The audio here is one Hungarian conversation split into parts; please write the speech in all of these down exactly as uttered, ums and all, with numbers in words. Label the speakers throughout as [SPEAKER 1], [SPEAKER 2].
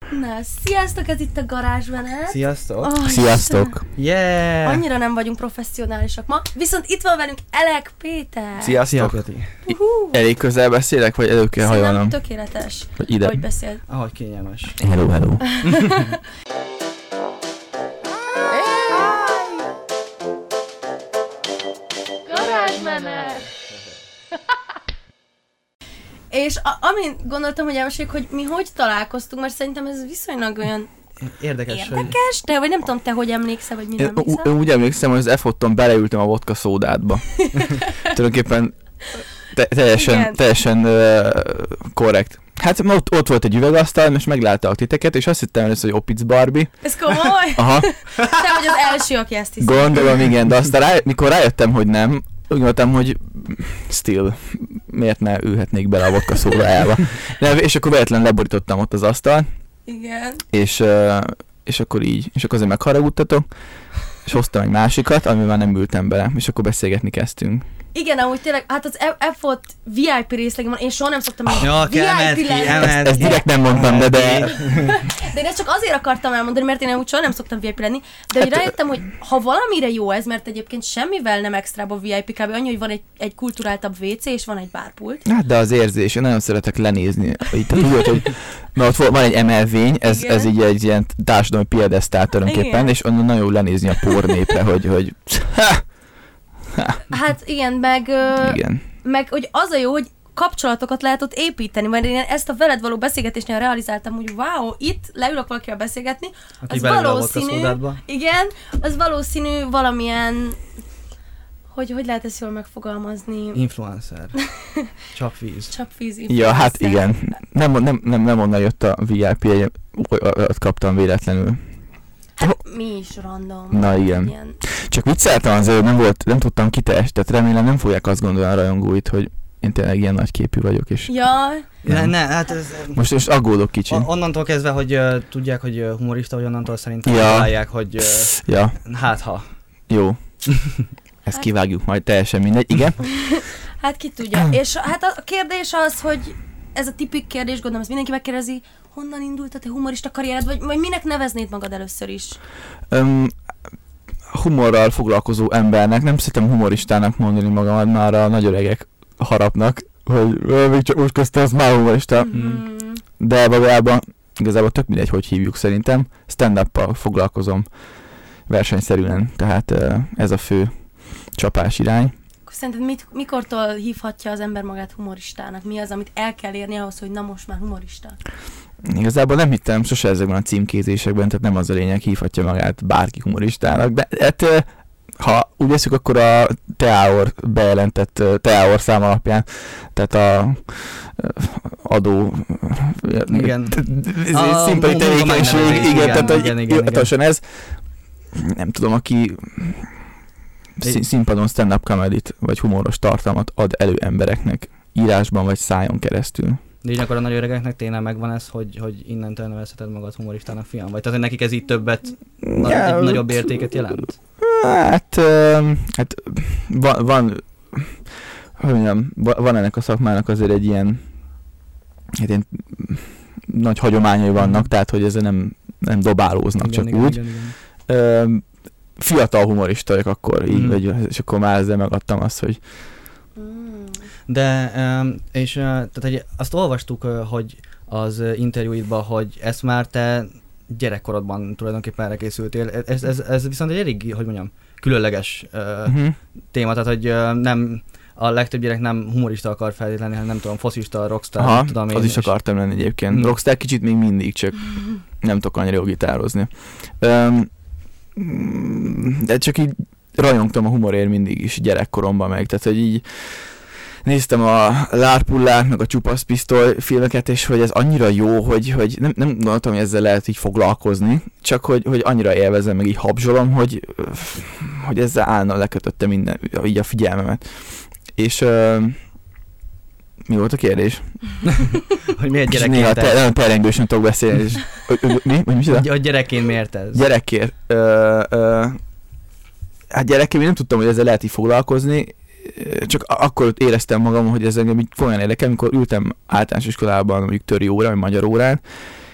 [SPEAKER 1] Na, sziasztok, ez itt a garázsmenet.
[SPEAKER 2] Sziasztok.
[SPEAKER 1] Oh,
[SPEAKER 3] Sziasztok.
[SPEAKER 2] Yeah.
[SPEAKER 1] Annyira nem vagyunk professzionálisak ma, viszont itt van velünk Elek Péter.
[SPEAKER 3] Sziasztok.
[SPEAKER 2] Szia,
[SPEAKER 1] Uh-huh.
[SPEAKER 3] Elég közel beszélek, vagy elő kell
[SPEAKER 1] Szerintem
[SPEAKER 3] hajolnom?
[SPEAKER 1] tökéletes,
[SPEAKER 3] Vagy ide?
[SPEAKER 1] ahogy beszél.
[SPEAKER 2] Ahogy kényelmes.
[SPEAKER 3] Hello, hello.
[SPEAKER 1] Garázsmenet! És a, amin gondoltam, hogy elmeséljük, hogy mi hogy találkoztunk, mert szerintem ez viszonylag olyan
[SPEAKER 2] Érdekes,
[SPEAKER 1] érdekes, de vagy nem tudom, te hogy emlékszel, vagy mi nem
[SPEAKER 3] Én
[SPEAKER 1] emlékszel?
[SPEAKER 3] ú- úgy emlékszem, hogy az F-otton beleültem a vodka szódádba. Tulajdonképpen te- teljesen,
[SPEAKER 1] Igen.
[SPEAKER 3] teljesen uh, korrekt. Hát ott, ott volt egy üvegasztal, és megláttak titeket, és azt hittem először, hogy Opitz Barbie.
[SPEAKER 1] Ez komoly?
[SPEAKER 3] Aha,
[SPEAKER 1] Te vagy az első, aki ezt hiszi.
[SPEAKER 3] gondolom, igen, de aztán rá, mikor rájöttem, hogy nem, úgy gondoltam, hogy still, miért ne ülhetnék bele a vodka szódájába. De, és akkor véletlenül leborítottam ott az asztalt,
[SPEAKER 1] Igen.
[SPEAKER 3] és, uh, és akkor így, és akkor azért megharagudtatok, és hoztam egy másikat, amivel nem ültem bele, és akkor beszélgetni kezdtünk.
[SPEAKER 1] Igen, amúgy tényleg, hát az F-ot vé i pé részlegem van, én soha nem szoktam
[SPEAKER 2] Ja,
[SPEAKER 1] vé i
[SPEAKER 2] emeld
[SPEAKER 1] pé
[SPEAKER 2] ki,
[SPEAKER 1] lenni.
[SPEAKER 2] emeld
[SPEAKER 3] Ezt
[SPEAKER 2] ki.
[SPEAKER 3] direkt nem mondtam, de, de
[SPEAKER 1] De én ezt csak azért akartam elmondani, mert én úgy soha nem szoktam vé i pé lenni, de hogy
[SPEAKER 3] Hát,
[SPEAKER 1] rájöttem, hogy ha valamire jó ez, mert egyébként semmivel nem extrába vé i pé, kb. Annyi, hogy van egy, egy kulturáltabb vé cé, és van egy bárpult.
[SPEAKER 3] hát de az érzés, én nagyon szeretek lenézni. Így, tehát úgy volt, hogy na, ott van egy emelvény, ez,
[SPEAKER 1] Igen.
[SPEAKER 3] ez így egy ilyen társadalmi piedesztál tulajdonképpen,
[SPEAKER 1] Igen.
[SPEAKER 3] és onnan nagyon jó lenézni a pornépre, hogy, hogy
[SPEAKER 1] Hát igen, meg, ö,
[SPEAKER 3] igen.
[SPEAKER 1] meg hogy az a jó, hogy kapcsolatokat lehet ott építeni, mert én ezt a veled való beszélgetésnél realizáltam, hogy wow, itt leülök valakivel beszélgetni,
[SPEAKER 2] Aki
[SPEAKER 1] az
[SPEAKER 2] beleül a vodka
[SPEAKER 1] valószínű,
[SPEAKER 2] szódádba.
[SPEAKER 1] igen, az valószínű valamilyen, hogy hogy lehet ezt jól megfogalmazni?
[SPEAKER 2] Influencer. Csapvíz.
[SPEAKER 1] Csapvíz
[SPEAKER 3] Ja, hát
[SPEAKER 1] influencer.
[SPEAKER 3] igen. Nem, nem, nem, nem onnan jött a vé i pé, ott kaptam véletlenül.
[SPEAKER 1] Hát mi is random.
[SPEAKER 3] Na igen.
[SPEAKER 1] Ilyen.
[SPEAKER 3] Csak vicceltem azért, nem volt, nem tudtam kiteest, tehát remélem nem fogják azt gondolni a rajongóit, hogy én tényleg ilyen nagy képű vagyok, és
[SPEAKER 1] Ja,
[SPEAKER 2] Ne, ne, hát ez...
[SPEAKER 3] most, most aggódok kicsit.
[SPEAKER 2] On- onnantól kezdve, hogy uh, tudják, hogy uh, humorista, hogy onnantól szerintem
[SPEAKER 3] Ja.
[SPEAKER 2] találják, hogy uh,
[SPEAKER 3] Ja,
[SPEAKER 2] hát ha.
[SPEAKER 3] jó. Ezt kivágjuk majd, teljesen mindegy. Igen?
[SPEAKER 1] hát ki tudja. És hát a kérdés az, hogy ez a tipik kérdés, gondolom, ezt mindenki megkérdezi, honnan indult a te humorista karriered, vagy, vagy minek neveznéd magad először is?
[SPEAKER 3] Öm, humorral foglalkozó embernek, nem szeretem humoristának mondani magamat, már a nagy öregek harapnak, hogy "Ö, még csak most kezdte, az már humorista.
[SPEAKER 1] Mm.
[SPEAKER 3] De valójában igazából tök mindegy, hogy hívjuk szerintem. Stand-up-pal foglalkozom versenyszerűen, tehát ö, ez a fő csapás irány.
[SPEAKER 1] Akkor szerinted mit, mikortól hívhatja az ember magát humoristának? Mi az, amit el kell érni ahhoz, hogy na most már humorista?
[SPEAKER 3] Igazából nem hittem sose ezekben a címkézésekben, tehát nem az a lényeg, hívhatja magát bárki humoristának, de hát ö, ha úgy veszük, akkor a Teaor bejelentett ö, Teaor szám alapján, tehát a ö, adó
[SPEAKER 2] Igen.
[SPEAKER 3] ez szimpli
[SPEAKER 2] A
[SPEAKER 3] tevékenység,
[SPEAKER 2] munkamenedzsés,
[SPEAKER 3] igen,
[SPEAKER 2] igen,
[SPEAKER 3] tehát hogy
[SPEAKER 2] igen, igen,
[SPEAKER 3] hivatalosan ez, nem tudom, aki szín- színpadon stand-up comedy-t, vagy humoros tartalmat ad elő embereknek írásban, vagy szájon keresztül.
[SPEAKER 2] De így akkor a nagy öregeknek tényleg megvan ez, hogy, hogy innentől nevezheted magad humoristának, fiam? Vagy tehát, hogy nekik ez így többet, na,
[SPEAKER 3] Ja,
[SPEAKER 2] egy nagyobb értéket jelent?
[SPEAKER 3] Hát, ö, hát van, van, hogy mondjam, va- van ennek a szakmának azért egy ilyen, hát ilyen nagy hagyományai vannak, tehát hogy ezzel nem, nem dobálóznak,
[SPEAKER 2] Igen,
[SPEAKER 3] csak
[SPEAKER 2] igen,
[SPEAKER 3] úgy.
[SPEAKER 2] igen, igen.
[SPEAKER 3] Ö, fiatal humorista vagyok akkor, így,
[SPEAKER 2] Mhm.
[SPEAKER 3] vagy, és akkor már ezzel megadtam azt, hogy
[SPEAKER 1] Mm.
[SPEAKER 2] De, um, és uh, tehát egy, azt olvastuk, uh, hogy az uh, interjúidban, hogy ezt már te gyerekkorodban tulajdonképpen erre készültél. Ez, ez, ez viszont egy elég, hogy mondjam, különleges uh,
[SPEAKER 3] uh-huh.
[SPEAKER 2] téma, tehát hogy uh, nem, a legtöbb gyerek nem humorista akar feltétlenül, hanem nem tudom, foszista, rockstar,
[SPEAKER 3] Aha,
[SPEAKER 2] tudom én.
[SPEAKER 3] az is
[SPEAKER 2] és-
[SPEAKER 3] akartam lenni egyébként.
[SPEAKER 2] Mm.
[SPEAKER 3] Rockstar kicsit még mindig, csak nem tudok annyira jó gitározni. Um, de csak így rajongtam a humorért mindig is gyerekkoromban meg, tehát hogy így néztem a Lárpullát, meg a Csupasz Pisztoly filmeket, és hogy ez annyira jó, hogy, hogy nem, nem gondoltam, hogy ezzel lehet így foglalkozni, csak hogy, hogy annyira élvezem, meg így habzsolom, hogy, hogy ezzel állna lekötötte minden, így a figyelmemet. És uh, mi volt a kérdés?
[SPEAKER 2] hogy miért
[SPEAKER 3] És néha
[SPEAKER 2] gyerekként
[SPEAKER 3] te,
[SPEAKER 2] ez?
[SPEAKER 3] nagyon terengősen tudok beszélni, és ö, ö, mi? Vagy mi?
[SPEAKER 2] Hogy, hogy gyerekként miért ez?
[SPEAKER 3] Gyerekért. Ö, ö, hát gyerekként én nem tudtam, hogy ezzel lehet így foglalkozni, csak akkor éreztem magam, hogy ez engem így komolyan érdekel, amikor ültem általános iskolában, mondjuk töri óra, vagy magyar órán,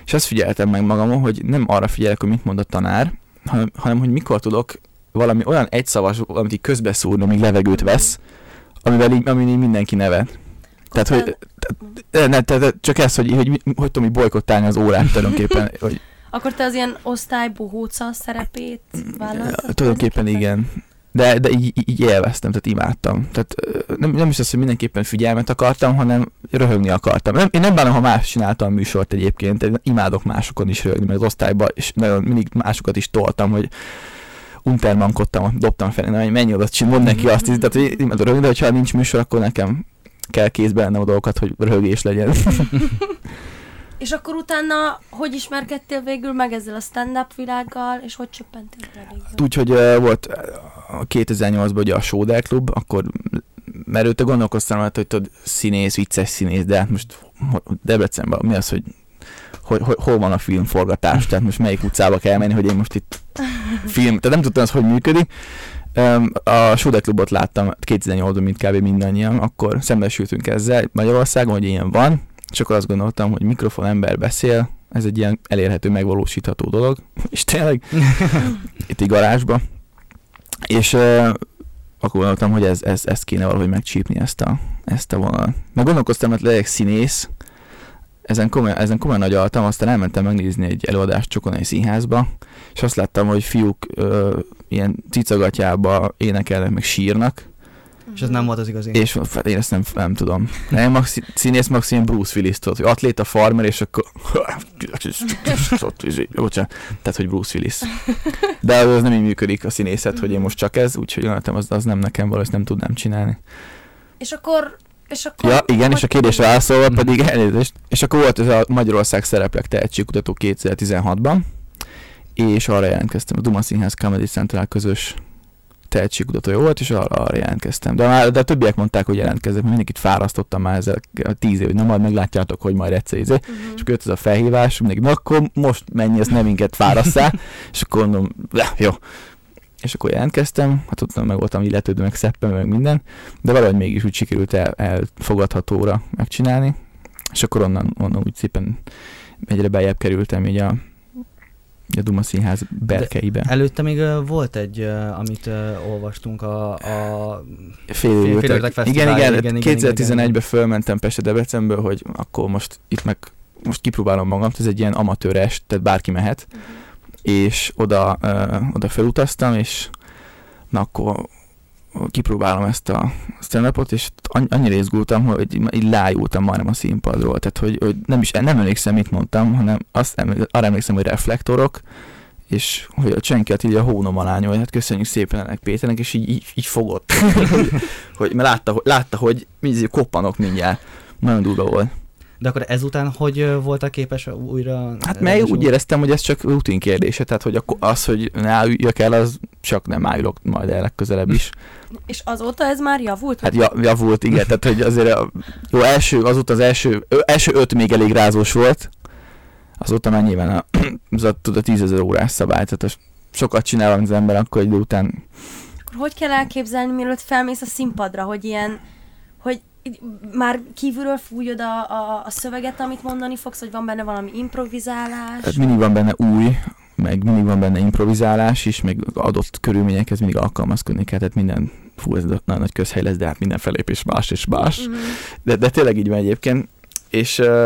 [SPEAKER 3] És azt figyeltem meg magamon, hogy nem arra figyelek, hogy mit mond a tanár, hanem, hanem hogy mikor tudok valami olyan egyszavas, amit így közbeszúrnom, míg levegőt vesz, amivel így, amin így mindenki nevet. Tehát, hogy, tehát, ne, tehát csak ez, hogy, hogy, hogy, hogy tudom így bolykottálni az órát tulajdonképpen. Hogy,
[SPEAKER 1] akkor te az ilyen osztálybohóca szerepét vállaltad?
[SPEAKER 3] Tulajdonképpen igen. De, de így, így élveztem, tehát imádtam. Tehát nem, nem is az, hogy mindenképpen figyelmet akartam, hanem röhögni akartam. Nem, én nem bánom, ha más csináltam a műsort egyébként, imádok másokon is röhögni, meg az osztályban, és nagyon mindig másokat is toltam, hogy untermankodtam, dobtam fel, hogy mennyi oda csinálom, mondd neki azt is, tehát imádok röhögni, de hogyha nincs műsor, akkor nekem kell kézbe lennem a dolgokat, hogy röhögés legyen.
[SPEAKER 1] És akkor utána hogy ismerkedtél végül meg ezzel a stand-up világgal, és hogy csöppentél rá végül?
[SPEAKER 3] Úgyhogy uh, volt a kétezer-nyolcban ugye a Sóder Klub, akkor merőtte gondolkoztam, hogy tudod, színész, vicces színész, de hát most Debrecenben mi az, hogy, hogy, hogy hol van a filmforgatás, tehát most melyik utcába kell menni, hogy én most itt film, tehát nem tudtam az, hogy működik. Um, a Sóder Klubot láttam kétezer-nyolcban, mint kb. Mindannyian, akkor szembesültünk ezzel Magyarországon, hogy ilyen van, és akkor azt gondoltam, hogy mikrofon ember beszél, ez egy ilyen elérhető, megvalósítható dolog, és tényleg itt egy garázsba, és uh, akkor gondoltam, hogy ez, ez, ezt kéne valahogy megcsípni, ezt a, ezt a vonalat. Meg gondolkoztam, hogy legyek színész, ezen komolyan, ezen komolyan nagy altam, aztán elmentem megnézni egy előadást Csokonai Színházba, és azt láttam, hogy fiúk uh, ilyen cicagatjába énekelnek, meg sírnak.
[SPEAKER 2] És ez nem volt az igazi.
[SPEAKER 3] És hát én ezt nem, nem tudom. Nem, maxi, színész maximum Bruce Willis tudod, hogy atléta farmer, és akkor bocsánat, tehát, hogy Bruce Willis. De az nem így működik a színészet, hogy én most csak ez, úgyhogy gondoltam, az, az nem nekem való, ezt nem tudnám csinálni.
[SPEAKER 1] És akkor... És akkor
[SPEAKER 3] ja, igen, és a kérdésre válaszolva pedig elnézést. És akkor volt ez a Magyarország Szereplek tehetségkutató kétezer-tizenhatban, és arra jelentkeztem, a Duma Színház Comedy Central közös tehetségkutatója volt, és arra, arra jelentkeztem. De, már, de a többiek mondták, hogy jelentkezek, mert mindenkit fárasztottam már ezzel a tíz év, hogy na majd meglátjátok, hogy majd egyszer izé. Uh-huh. És akkor jött ez a felhívás, mindenki, na akkor most menj, ezt nem minket fárasszál, és akkor mondom, jó. És akkor jelentkeztem, hát ott meg voltam illetődő, meg szeppen, meg minden, de valahogy mégis úgy sikerült el, elfogadhatóra megcsinálni, és akkor onnan, onnan úgy szépen egyre beljebb kerültem így a a Duma Színház berkeibe. De
[SPEAKER 2] előtte még uh, volt egy, uh, amit uh, olvastunk a, a
[SPEAKER 3] Félőrtek Fesztivál. Igen, igen, kétezer-tizenegyben fölmentem Pestre Debrecenből, hogy akkor most itt meg most kipróbálom magam, ez egy ilyen amatőr est, tehát bárki mehet, uh-huh. és oda, uh, oda felutaztam, és na akkor kipróbálom ezt a stand-upot, és annyira izgultam, hogy így lájultam majdnem a színpadról, tehát hogy, hogy nem is, nem emlékszem, mit mondtam, hanem azt arra emlékszem, hogy reflektorok, és hogy a Csenki Attila így a hónom alá nyúl, hát köszönjük szépen ennek Péternek, és így, így, így fogott, hogy, hogy, mert látta, hogy, látta, hogy mindjárt koppanok mindjárt, nagyon durva volt.
[SPEAKER 2] De akkor ezután hogy voltál képes újra...
[SPEAKER 3] Hát mely úgy éreztem, hogy ez csak rutin kérdése, tehát hogy az, hogy ne álljak el, az csak nem állok majd el legközelebb is.
[SPEAKER 1] És azóta ez már javult?
[SPEAKER 3] Hát javult, igen, tehát hogy azért a, jó, első, azóta az első, első öt még elég rázós volt, azóta már nyilván a, az a, a tízezer órás szabály, tehát sokat csinálom az ember, akkor egy idő után...
[SPEAKER 1] Akkor hogy kell elképzelni, mielőtt felmész a színpadra, hogy ilyen, hogy már kívülről fújod a, a, a szöveget, amit mondani fogsz, hogy van benne valami improvizálás?
[SPEAKER 3] Hát mindig van benne új, meg mindig van benne improvizálás is, meg adott körülményekhez mindig alkalmazkodni kell, tehát minden, fú, ez nagyon nagy közhely lesz, de hát minden felépés más és más. Mm-hmm. De, de tényleg így van egyébként, és uh,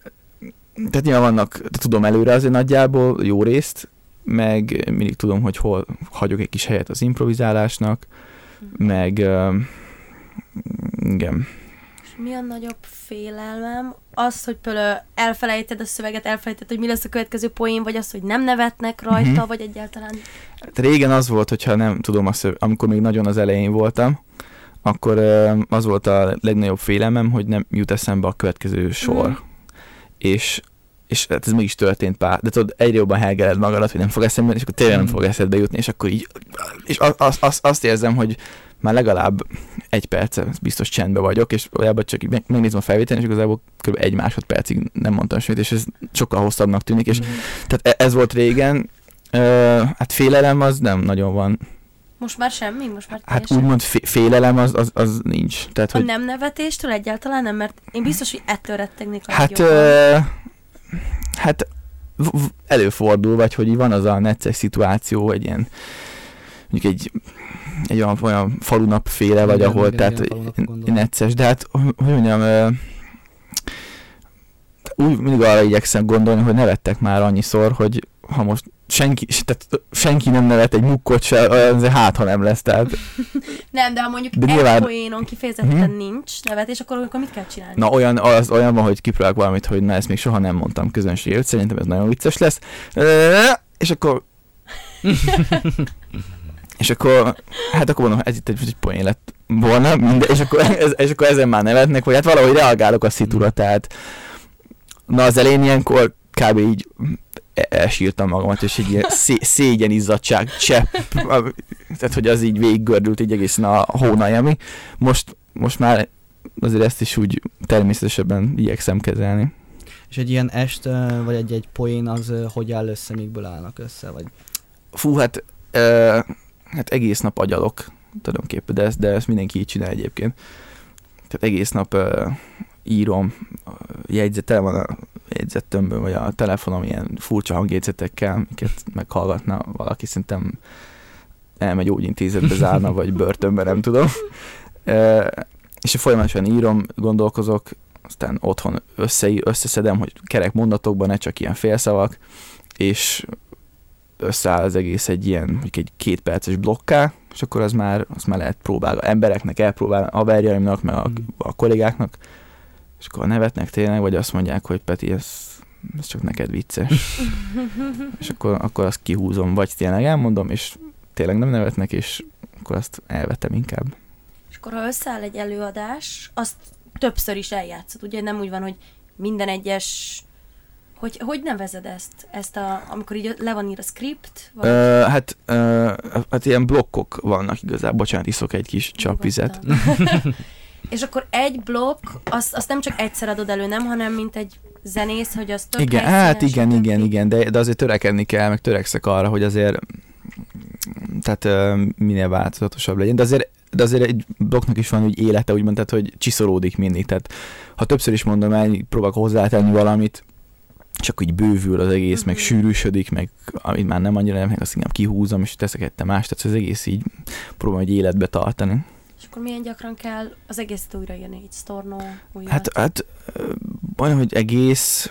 [SPEAKER 3] tehát nyilván vannak, tudom előre azért nagyjából jó részt, meg mindig tudom, hogy hol hagyok egy kis helyet az improvizálásnak, mm. meg uh, igen.
[SPEAKER 1] Mi a nagyobb félelmem? Az, hogy például elfelejted a szöveget, elfelejted, hogy mi lesz a következő poén, vagy az, hogy nem nevetnek rajta, uh-huh. vagy egyáltalán...
[SPEAKER 3] Hát régen az volt, hogyha nem tudom, a szöv... amikor még nagyon az elején voltam, akkor az volt a legnagyobb félelmem, hogy nem jut eszembe a következő sor. Uh-huh. És, és hát ez mégis történt pár, de tudod, egyre jobban helgeled magadat, hogy nem fog eszembe, és akkor tényleg uh-huh. nem fog eszedbe jutni, és akkor így... És az, az, azt érzem, hogy már legalább egy percet biztos csendben vagyok, és valójában csak megnézem a felvételen, és igazából kb. egy másodpercig nem mondtam semmit, és ez sokkal hosszabbnak tűnik, és mm. tehát ez volt régen, uh, hát félelem az nem nagyon van.
[SPEAKER 1] Most már semmi? Most már
[SPEAKER 3] hát úgymond félelem az, az, az nincs. Tehát,
[SPEAKER 1] a
[SPEAKER 3] hogy...
[SPEAKER 1] nem nevetéstől egyáltalán nem, mert én biztos, hogy ettől rettegnék a
[SPEAKER 3] hát, uh, hát v- v- előfordul, vagy hogy így van az a necces szituáció, egy ilyen, mondjuk egy, egy olyan, olyan falunapféle, vagy
[SPEAKER 2] Igen,
[SPEAKER 3] ahol,
[SPEAKER 2] igen,
[SPEAKER 3] tehát
[SPEAKER 2] igen, falunapra gondolom.
[SPEAKER 3] necces, de hát, hogy mondjam, ö, úgy mindig arra igyekszem gondolni, hogy nevettek már annyiszor, hogy ha most senki, tehát senki nem nevet egy mukkot se, azért hát, ha nem lesz, tehát...
[SPEAKER 1] Nem, de ha mondjuk
[SPEAKER 3] De
[SPEAKER 1] egy
[SPEAKER 3] nyilván-
[SPEAKER 1] poénon kifejezetten
[SPEAKER 3] Mhm.
[SPEAKER 1] nincs nevetés, akkor, akkor mit kell csinálni?
[SPEAKER 3] Na, olyan, az, olyan van, hogy kipróbálok valamit, hogy na, ezt még soha nem mondtam közönség előtt, szerintem ez nagyon vicces lesz. Ö, És akkor... és akkor, hát akkor mondom, ez itt egy, egy poén lett volna, minden, és, akkor, ez, és akkor ezen már nevetnek, vagy hát valahogy reagálok a szitura, tehát na az elején ilyenkor kb. Így elsírtam magamat, és egy ilyen szé- szégyenizzadság csepp, tehát hogy az így végiggördült így egészen a hónaljami. Most, most már azért ezt is úgy természetesebben igyekszem kezelni.
[SPEAKER 2] És egy ilyen est, ö, vagy egy-egy poén, az ö, hogy áll össze, mikből állnak össze, vagy...
[SPEAKER 3] Fú, hát, uh, hát egész nap agyalok tulajdonképpen, de ezt, de ezt mindenki így csinál egyébként. Tehát egész nap uh, írom, uh, jegyzetel van a jegyzettömből, vagy a telefonom ilyen furcsa hangjegyzetekkel, amiket meghallgatna valaki, szerintem elmegy gyógyintézetbe zárna, vagy börtönbe, nem tudom. Uh, és folyamatosan írom, gondolkozok, aztán otthon össze, összeszedem, hogy kerek mondatokban, ne csak ilyen félszavak, és összeáll az egész egy ilyen, mondjuk egy két perces blokká, és akkor az már, az már lehet próbálni. Embereknek elpróbál, haverjaimnak, meg a, a kollégáknak, és akkor nevetnek tényleg, vagy azt mondják, hogy Peti, ez, ez csak neked vicces. És akkor, akkor azt kihúzom, vagy tényleg elmondom, és tényleg nem nevetnek, és akkor azt elvetem inkább.
[SPEAKER 1] És akkor ha összeáll egy előadás, azt többször is eljátszod. Ugye nem úgy van, hogy minden egyes... Hogy, hogy nevezed ezt? Ezt a, amikor így le van ír a script? Vagy...
[SPEAKER 3] Ö, hát, ö, hát ilyen blokkok vannak igazából. Bocsánat, iszok egy kis csapvizet.
[SPEAKER 1] És akkor egy blokk, azt, azt nem csak egyszer adod elő, nem, hanem mint egy zenész, hogy az több
[SPEAKER 3] Igen,
[SPEAKER 1] helyszínen,
[SPEAKER 3] hát igen,
[SPEAKER 1] stb.
[SPEAKER 3] igen, igen, de, de azért törekedni kell, meg törekszek arra, hogy azért tehát ö, minél változatosabb legyen, de azért, de azért egy blokknak is van úgy élete, úgymond, tehát hogy csiszolódik mindig, tehát ha többször is mondom el, próbálok hozzátenni valamit, csak így bővül az egész, meg sűrűsödik, meg amit már nem annyira nem, meg azt inkább kihúzom, és teszek egy más, tehát az egész így próbálom egy életbe tartani.
[SPEAKER 1] És akkor milyen gyakran kell az egészet újraírni, így sztornó, újra?
[SPEAKER 3] Hát, hát olyan, hogy egész,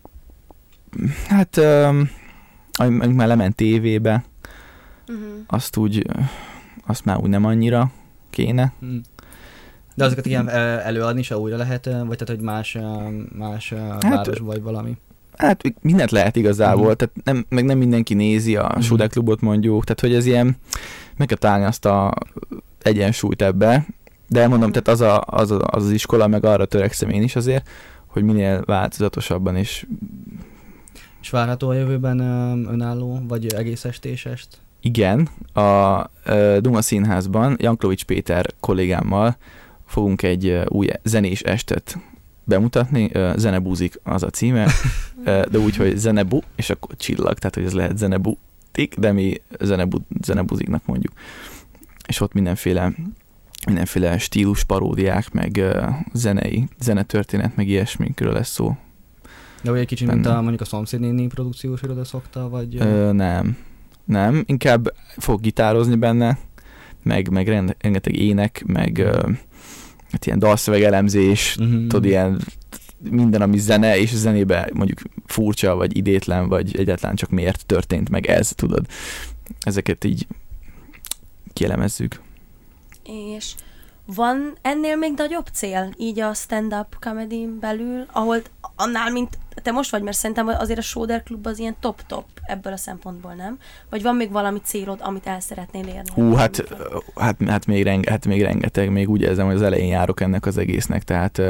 [SPEAKER 3] hát amíg már lement tévébe,
[SPEAKER 1] uh-huh.
[SPEAKER 3] azt úgy, azt már úgy nem annyira kéne.
[SPEAKER 2] De azokat ilyen előadni se újra lehet, vagy tehát, hogy más, más hát, város vagy valami?
[SPEAKER 3] Hát mindent lehet igazából, uh-huh. tehát nem, meg nem mindenki nézi a uh-huh. Sude Klubot mondjuk, tehát hogy ez ilyen, meg kell találni azt a egyensúlyt ebbe, de mondom, uh-huh. tehát az, a, az, a, az az iskola, meg arra törekszem én is azért, hogy minél változatosabban is.
[SPEAKER 2] És várható a jövőben önálló, vagy egész estésest? Igen,
[SPEAKER 3] a, a Duma Színházban Janklowicz Péter kollégámmal fogunk egy új zenés estet bemutatni, Zenebúzik az a címe, de úgy, hogy Zenebu, és akkor csillag, tehát hogy ez lehet Zenebutik, de mi zenebu, Zenebúziknak mondjuk. És ott mindenféle, mindenféle stílus paródiák, meg zenei, zenetörténet, meg ilyesminkről lesz szó.
[SPEAKER 2] De vagy egy kicsit, benne. Mint a, mondjuk a Szomszédnéni produkciós iroda szokta, vagy...
[SPEAKER 3] Ö, nem, nem, inkább fog gitározni benne, meg, meg rengeteg ének, meg hát ilyen dalszövegelemzés, uh-huh. tudod, ilyen minden, ami zene, és a zenébe mondjuk furcsa, vagy idétlen, vagy egyáltalán csak miért történt meg ez, tudod. Ezeket így kielemezzük.
[SPEAKER 1] És van ennél még nagyobb cél, így a stand-up comedy belül, ahol annál, mint te most vagy, mert szerintem azért a Soder Klub az ilyen top-top ebből a szempontból, nem? Vagy van még valami célod, amit el szeretnél érni?
[SPEAKER 3] Hú, hát, hát, hát, még renge, hát még rengeteg, még úgy érzem, hogy az elején járok ennek az egésznek, tehát...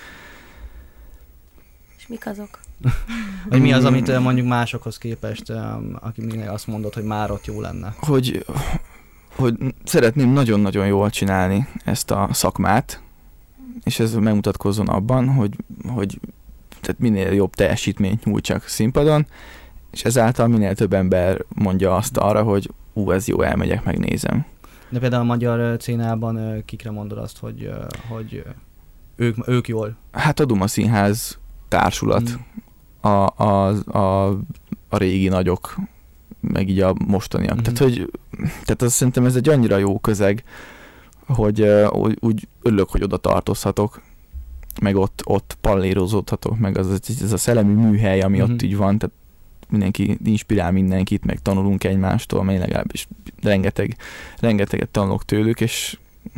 [SPEAKER 1] És mik azok?
[SPEAKER 2] Vagy mi az, amit mondjuk másokhoz képest, aki azt mondod, hogy már ott jó lenne?
[SPEAKER 3] Hogy, hogy szeretném nagyon-nagyon jól csinálni ezt a szakmát, és ez megmutatkozzon abban, hogy, hogy tehát minél jobb teljesítményt nyújtsak színpadon, és ezáltal minél több ember mondja azt arra, hogy ú, ez jó, elmegyek, megnézem.
[SPEAKER 2] De például a magyar színában kikre mondod azt, hogy, hogy ők, ők jól?
[SPEAKER 3] Hát a Duma Színház társulat. Hmm. A, a, a a régi nagyok, meg így a mostaniak.
[SPEAKER 2] Mhm.
[SPEAKER 3] Tehát, hogy tehát azt szerintem ez egy annyira jó közeg, hogy uh, úgy, úgy örülök, hogy oda tartozhatok, meg ott, ott pallérozódhatok, meg az, ez a szellemi műhely, ami
[SPEAKER 2] Mhm.
[SPEAKER 3] ott így van, tehát mindenki inspirál mindenkit, meg tanulunk egymástól, meg legalábbis rengeteg, rengeteget tanulok tőlük, és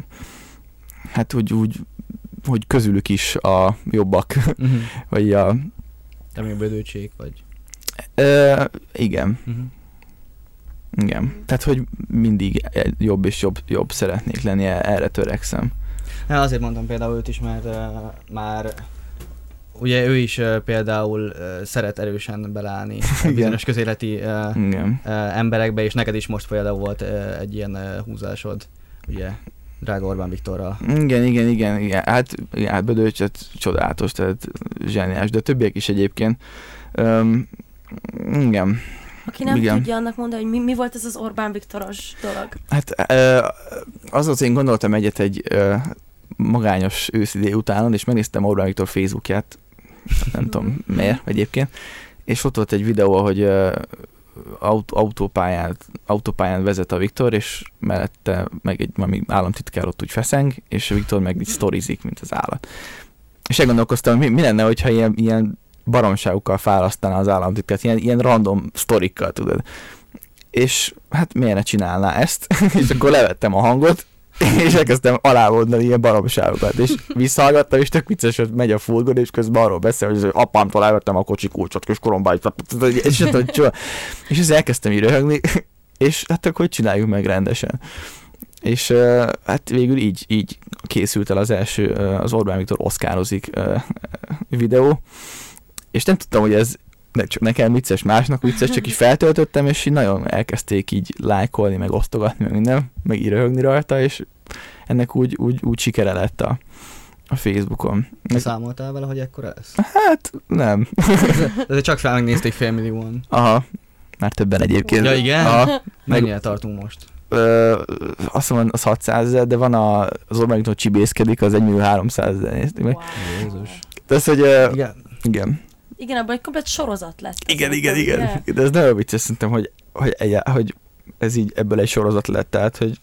[SPEAKER 3] hát hogy úgy, hogy közülük is a jobbak,
[SPEAKER 2] Uh-huh.
[SPEAKER 3] vagy a...
[SPEAKER 2] Te még bödőcsék vagy.
[SPEAKER 3] Ö, igen,
[SPEAKER 2] Uh-huh.
[SPEAKER 3] igen. Tehát, hogy mindig jobb és jobb, jobb szeretnék lenni, erre törekszem.
[SPEAKER 2] Hát azért mondtam például őt is, mert uh, már ugye ő is uh, például uh, szeret erősen beleállni
[SPEAKER 3] Igen.
[SPEAKER 2] bizonyos közéleti uh,
[SPEAKER 3] Igen.
[SPEAKER 2] uh, emberekbe, és neked is most például volt uh, egy ilyen uh, húzásod, ugye, drága Orbán Viktorral.
[SPEAKER 3] Igen, igen, igen, igen. Hát, igen, hát Bödöcs, hát csodálatos, tehát zseniás, de többiek is egyébként. Um, igen.
[SPEAKER 1] Aki nem
[SPEAKER 3] Igen.
[SPEAKER 1] tudja, annak mondani, hogy mi, mi volt ez az Orbán Viktoros dolog.
[SPEAKER 3] Hát uh, azaz én gondoltam egyet egy uh, magányos őszi délután, és megnéztem Orbán Viktor Facebookját, nem tudom miért egyébként, és ott volt egy videó, hogy uh, aut- autópályán, autópályán vezet a Viktor, és mellette meg egy valami államtitkár ott úgy feszeng, és a Viktor meg így sztorizik, mint az állat. És elgondolkoztam, mi, mi lenne, hogyha ilyen, ilyen baromságokkal fárasztaná az államtitkárt, ilyen, ilyen random sztorikkal, tudod. És hát miért ne csinálná ezt? És akkor levettem a hangot, és elkezdtem alávodni ilyen baromságokat, és visszahallgattam, és tök vicces, hogy megy a furgon, és közben arról beszél, hogy apámtól elvettem a kocsi kulcsot, és korombáit, és, és, és ezt elkezdtem így röhögni, és hát akkor hogy csináljuk meg rendesen. És uh, hát végül így, így készült el az első, uh, az Orbán Viktor oszkározik uh, videó, és nem tudtam, hogy ez ne, csak nekem vicces, másnak vicces, csak így feltöltöttem, és így nagyon elkezdték így lájkolni, meg osztogatni, meg minden, meg így röhögni rajta, és ennek úgy, úgy, úgy sikere lett a, a Facebookon.
[SPEAKER 2] Meg... Számoltál vele, hogy ekkora lesz?
[SPEAKER 3] Hát nem.
[SPEAKER 2] De csak fel megnézték fél millióan.
[SPEAKER 3] Aha, már többen egyébként.
[SPEAKER 2] Ja igen?
[SPEAKER 3] Aha.
[SPEAKER 2] Mennyire tartunk most?
[SPEAKER 3] Ö, azt mondom, az hatszázezer, de van a, az Orbán Viktor csibészkedik, az egy millió háromszázezer nézték meg.
[SPEAKER 1] Wow.
[SPEAKER 2] Jézus.
[SPEAKER 3] De az, hogy... Uh,
[SPEAKER 2] Igen.
[SPEAKER 3] Igen.
[SPEAKER 1] Igen, abban egy komplet sorozat lett.
[SPEAKER 3] Igen,
[SPEAKER 1] ez
[SPEAKER 3] igen,
[SPEAKER 1] volt,
[SPEAKER 3] igen.
[SPEAKER 1] ugye?
[SPEAKER 3] De ez nagyon vicces, szerintem, hogy, hogy, egy, hogy ez így ebből egy sorozat lett, tehát, hogy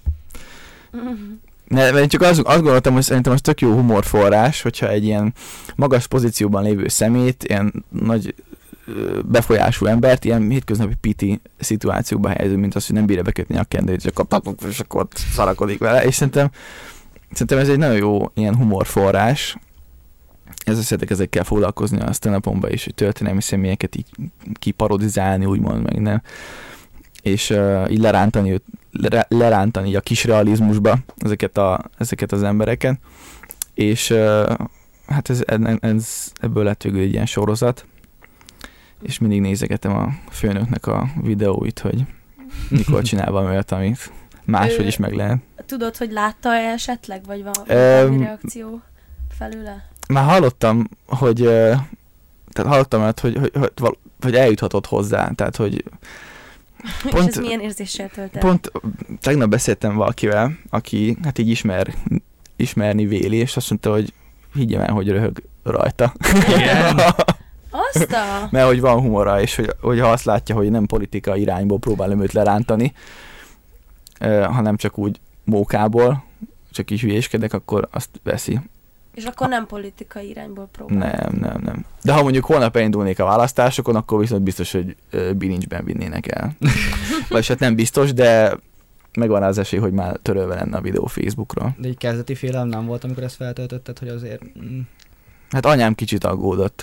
[SPEAKER 3] ne, mert én csak azt, azt gondoltam, hogy szerintem az tök jó humorforrás, hogyha egy ilyen magas pozícióban lévő szemét, ilyen nagy ö, befolyású embert, ilyen hétköznapi piti szituációba helyező, mint az, hogy nem bírja bekötni a kendőt, és akkor, és akkor ott szarakodik vele, és szerintem, szerintem ez egy nagyon jó ilyen humorforrás. Ezzel szeretek ezekkel foglalkozni a stand-upomban is, hogy történelmi személyeket így kiparodizálni, úgymond, meg nem. És uh, így lerántani, őt, le, lerántani a kis realizmusba ezeket, a, ezeket az embereket. És uh, hát ez, ez, ebből lett végül egy ilyen sorozat. És mindig nézegetem a főnöknek a videóit, hogy mikor csinál valami olyat, amit máshogy is meg lehet.
[SPEAKER 1] Tudod, hogy látta esetleg, vagy van valami
[SPEAKER 3] Um,
[SPEAKER 1] reakció felőle?
[SPEAKER 3] Már hallottam, hogy tehát hallottam, hogy, hogy, hogy, hogy, hogy eljuthatott hozzá, tehát, hogy
[SPEAKER 1] Pont, és ez milyen érzéssel tölt el?
[SPEAKER 3] Pont tegnap beszéltem valakivel, aki hát így ismer, ismerni véli, és azt mondta, hogy higgyem el, hogy röhög rajta.
[SPEAKER 2] Igen.
[SPEAKER 1] Azt a...
[SPEAKER 3] Mert hogy van humora, és hogy, hogy ha azt látja, hogy nem politika irányból próbálom őt lerántani, uh, hanem csak úgy mókából, csak így hülyéskedek, akkor azt veszi.
[SPEAKER 1] És akkor nem politikai irányból próbál.
[SPEAKER 3] Nem, nem, nem. De ha mondjuk holnap elindulnék a választásokon, akkor viszont biztos, hogy uh, bilincsben vinnének el. Vagy hát nem biztos, de megvan az esély, hogy már törölve lenne a videó Facebookra.
[SPEAKER 2] De egy kezdeti félelem nem volt, amikor ezt feltöltötted, hogy azért... Mm.
[SPEAKER 3] Hát anyám kicsit aggódott.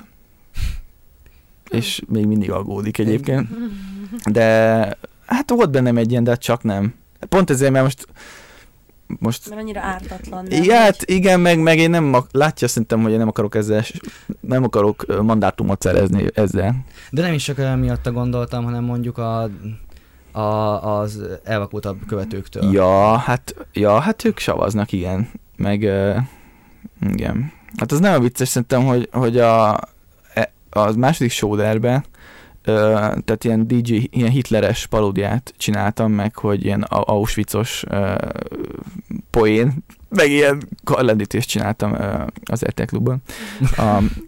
[SPEAKER 3] És még mindig aggódik egyébként. De hát volt bennem egy ilyen, de csak nem. Pont ezért, mert most most...
[SPEAKER 1] Mert annyira ártatlan. Nem,
[SPEAKER 3] Igen, hát igen, meg, meg én nem, látja szerintem, hogy én nem akarok ezzel, nem akarok mandátumot szerezni ezzel.
[SPEAKER 2] De nem is csak miatta gondoltam, hanem mondjuk a, a, az elvakultabb követőktől.
[SPEAKER 3] Ja, hát, ja, hát ők savaznak, igen. Meg, uh, igen. Hát az nagyon vicces szerintem, hogy, hogy a, a második showderben Uh, tehát ilyen dé dzsé, ilyen hitleres paródiát csináltam meg, hogy ilyen Auschwitzos uh, poén, meg ilyen karlendítést csináltam uh, az er té el klubban. um,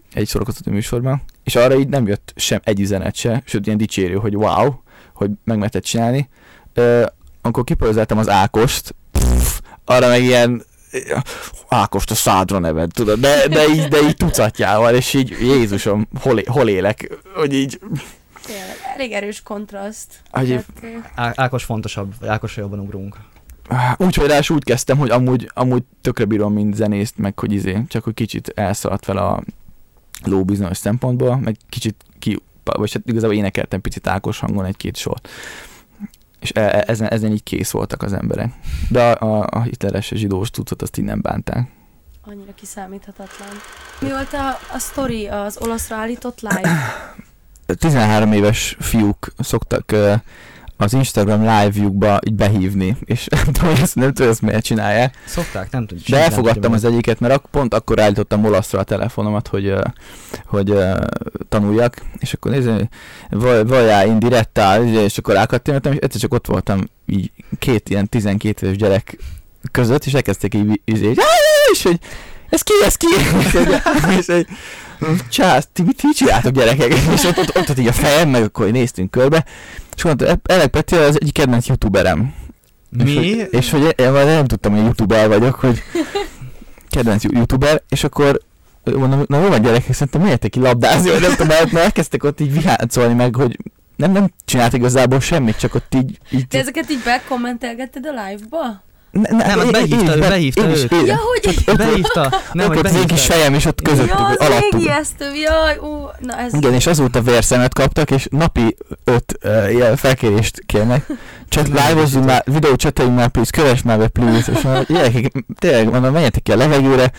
[SPEAKER 3] egy szórakoztató műsorban, és arra így nem jött sem egy üzenet se, sőt ilyen dicsérő, hogy wow, hogy megmerted csinálni. Ö, amikor kipölzeltem az Ákost, pff, arra meg ilyen Ákost a szádra neved, tudod, de, de, így, de így tucatjával, és így Jézusom, hol, hol élek, hogy így...
[SPEAKER 1] Tényleg, elég erős kontraszt.
[SPEAKER 3] Hogy
[SPEAKER 2] Á- Ákos fontosabb, vagy Ákosra jobban ugrunk.
[SPEAKER 3] Úgyhogy rá úgy kezdtem, hogy amúgy, amúgy tökre bírom, mint zenészt, meg hogy izé, csak hogy kicsit elszaladt vele a ló bizonyos szempontból, meg kicsit ki, vagy hát igazából énekeltem picit Ákos hangon egy-két sort. És e- e- ezen, ezen így kész voltak az emberek. De a, a, a hitleres zsidós tucat azt így nem bánták.
[SPEAKER 1] Annyira kiszámíthatatlan. Mi volt a, a sztori az olaszra állított live?
[SPEAKER 3] tizenhárom éves fiúk szoktak uh, az Instagram live-jukba így behívni, és nem tudom, hogy ezt, nem tudom, ezt miért csinálják.
[SPEAKER 2] Szokták, nem tudom.
[SPEAKER 3] De elfogadtam az egyiket, mert ak- pont akkor állítottam olaszra a telefonomat, hogy, uh, hogy uh, tanuljak, és akkor nézem, valjá indirettál, és akkor rákattináltam, és egyszer csak ott voltam így két ilyen tizenkét éves gyerek között, és elkezdték így, így, így és hogy ez ki, ez ki? És hogy csász, ti mit így csináltok gyerekek? És ott, ott, ott, ott így a fejem, meg akkor néztünk körbe, és mondta, Elek Peti az egyik kedvenc youtuberem.
[SPEAKER 2] Mi?
[SPEAKER 3] És hogy, és hogy én már nem tudtam, hogy youtuber vagyok, hogy kedvenc youtuber, és akkor mondom, na jó van gyerekek, szerintem miért ki labdázni, vagy nem tudom, mert elkezdtek ott így viháncolni meg, hogy nem, nem csinált igazából semmit, csak ott így... így
[SPEAKER 1] De ezeket így bekommentelgetted a live-ba?
[SPEAKER 3] Ne, ne,
[SPEAKER 2] Nem, hát behívta, ő behívta őt.
[SPEAKER 1] Ja, hogy...
[SPEAKER 2] Behívta. Nem, hogy
[SPEAKER 3] ott az én kis
[SPEAKER 2] behívta.
[SPEAKER 3] fejem is ott közöttük,
[SPEAKER 1] Ja, az
[SPEAKER 3] alattuk.
[SPEAKER 1] égijesztő, jaj, ú, na ez...
[SPEAKER 3] Igen, és azóta vérszemet kaptak, és napi öt uh, ilyen felkérést kérnek. Csak live-ozzunk már, videó cseteljünk már, please, kövess már be, please. És mondom, gyerekek, tényleg, mondom, menjetek ki a levegőre.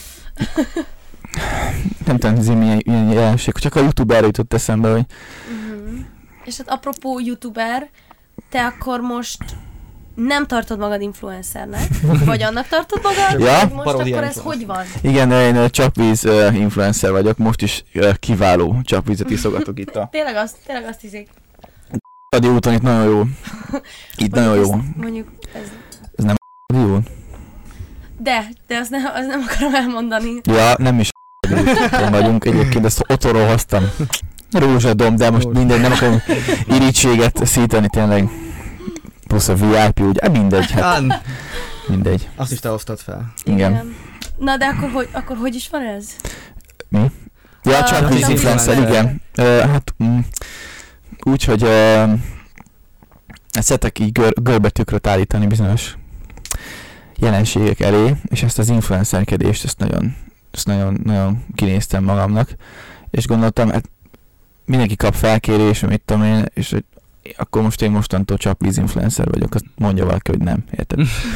[SPEAKER 3] Nem tudom, ez milyen, milyen jelenség, csak a youtuberre jutott eszembe, hogy...
[SPEAKER 1] Uh-huh. És hát apropó youtuber, te akkor most nem tartod magad influencernek, vagy annak tartod magad,
[SPEAKER 3] Ja,
[SPEAKER 1] vagy most
[SPEAKER 2] paródia
[SPEAKER 1] akkor ez
[SPEAKER 2] influencer.
[SPEAKER 1] hogy van?
[SPEAKER 3] Igen, én uh, csapvíz uh, influencer vagyok, most is uh, kiváló csapvízet iszogatok itt a
[SPEAKER 1] Tényleg azt, tényleg azt hiszik.
[SPEAKER 3] Adi úton, itt nagyon jó. Itt nagyon jó.
[SPEAKER 1] Ezt, mondjuk ez...
[SPEAKER 3] Adi út?
[SPEAKER 1] De, de azt, ne, azt nem akarom elmondani.
[SPEAKER 3] Ja, nem is Adi úton vagyunk, egyébként ezt otthonról hoztam. Rózsadom, de most mindegy, nem akarom irítséget szítani tényleg. Plusz a vé i pé, ugye, mindegy, hát
[SPEAKER 2] Án,
[SPEAKER 3] mindegy.
[SPEAKER 2] azt is te osztad fel.
[SPEAKER 3] Igen.
[SPEAKER 1] Na de akkor hogy, akkor hogy is van ez?
[SPEAKER 3] Mi? Ja,
[SPEAKER 1] A-
[SPEAKER 3] csak
[SPEAKER 1] a
[SPEAKER 3] víz influencer, igen. Uh, hát mm, úgy, hogy uh, szeretek így gör, görbetükröt állítani bizonyos jelenségek elé, és ezt az influencerkedést, ezt nagyon, ezt nagyon, nagyon kinéztem magamnak, és gondoltam, hát mindenki kap felkérés, mit tudom én, és hogy akkor most én mostantól csak víz influencer vagyok, azt mondja valaki, hogy nem, érted?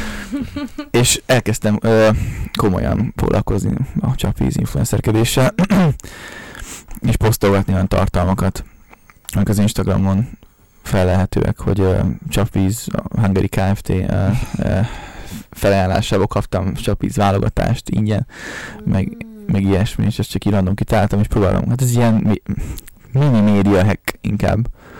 [SPEAKER 3] És elkezdtem ö, komolyan foglalkozni a csak víz influencerkedéssel, és posztolgatni olyan tartalmakat, amik az Instagramon felelhetőek, hogy ö, Csapvíz, a Hungary Kft. Ö, ö, felajánlásából kaptam Csapvíz válogatást ingyen, meg, meg ilyesmi, és ezt csak így random kitáltam, és próbálom. Hát ez ilyen mi, mini média hack inkább.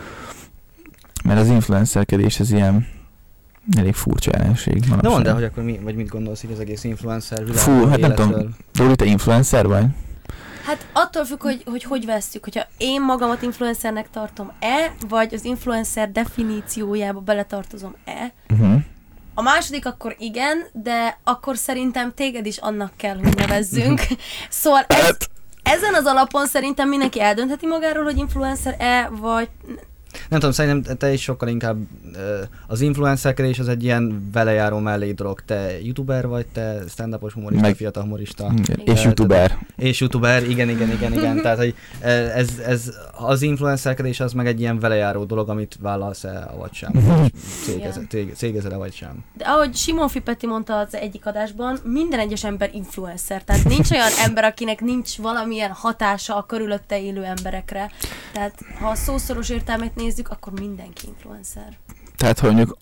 [SPEAKER 3] Mert az influencerkedés ez ilyen elég furcsa jelenség.
[SPEAKER 2] De mondd el, hogy akkor mi, vagy mit gondolsz így az egész influencer világról,
[SPEAKER 3] Fú, hát nem
[SPEAKER 2] életről?
[SPEAKER 3] tudom. Dóri, te influencer vagy?
[SPEAKER 1] Hát attól függ, hogy hogy, hogy vesszük, hogyha én magamat influencernek tartom-e, vagy az influencer definíciójába beletartozom-e.
[SPEAKER 3] Uh-huh.
[SPEAKER 1] A második akkor igen, de akkor szerintem téged is annak kell, hogy nevezzünk. Szóval ez, ezen az alapon szerintem mindenki eldöntheti magáról, hogy influencer-e, vagy...
[SPEAKER 2] Nem tudom, szerintem te is sokkal inkább ö, az influencerkedés az egy ilyen velejáró mellé dolog. Te youtuber vagy, te stand-upos humorista,
[SPEAKER 3] Meg-
[SPEAKER 2] fiatal humorista.
[SPEAKER 3] És youtuber.
[SPEAKER 2] És youtuber, igen, igen, igen, igen. Tehát, hogy ez, ez, az influencerkedés az meg egy ilyen velejáró dolog, amit vállalsz-e, vagy sem. Cégezel, cégezel-e, vagy sem.
[SPEAKER 1] De ahogy Simon Fipeti mondta az egyik adásban, minden egyes ember influencer. Tehát nincs olyan ember, akinek nincs valamilyen hatása a körülötte élő emberekre. Tehát ha a szószoros értelmet nézzük, akkor mindenki influencer.
[SPEAKER 3] Tehát, hogy mondjuk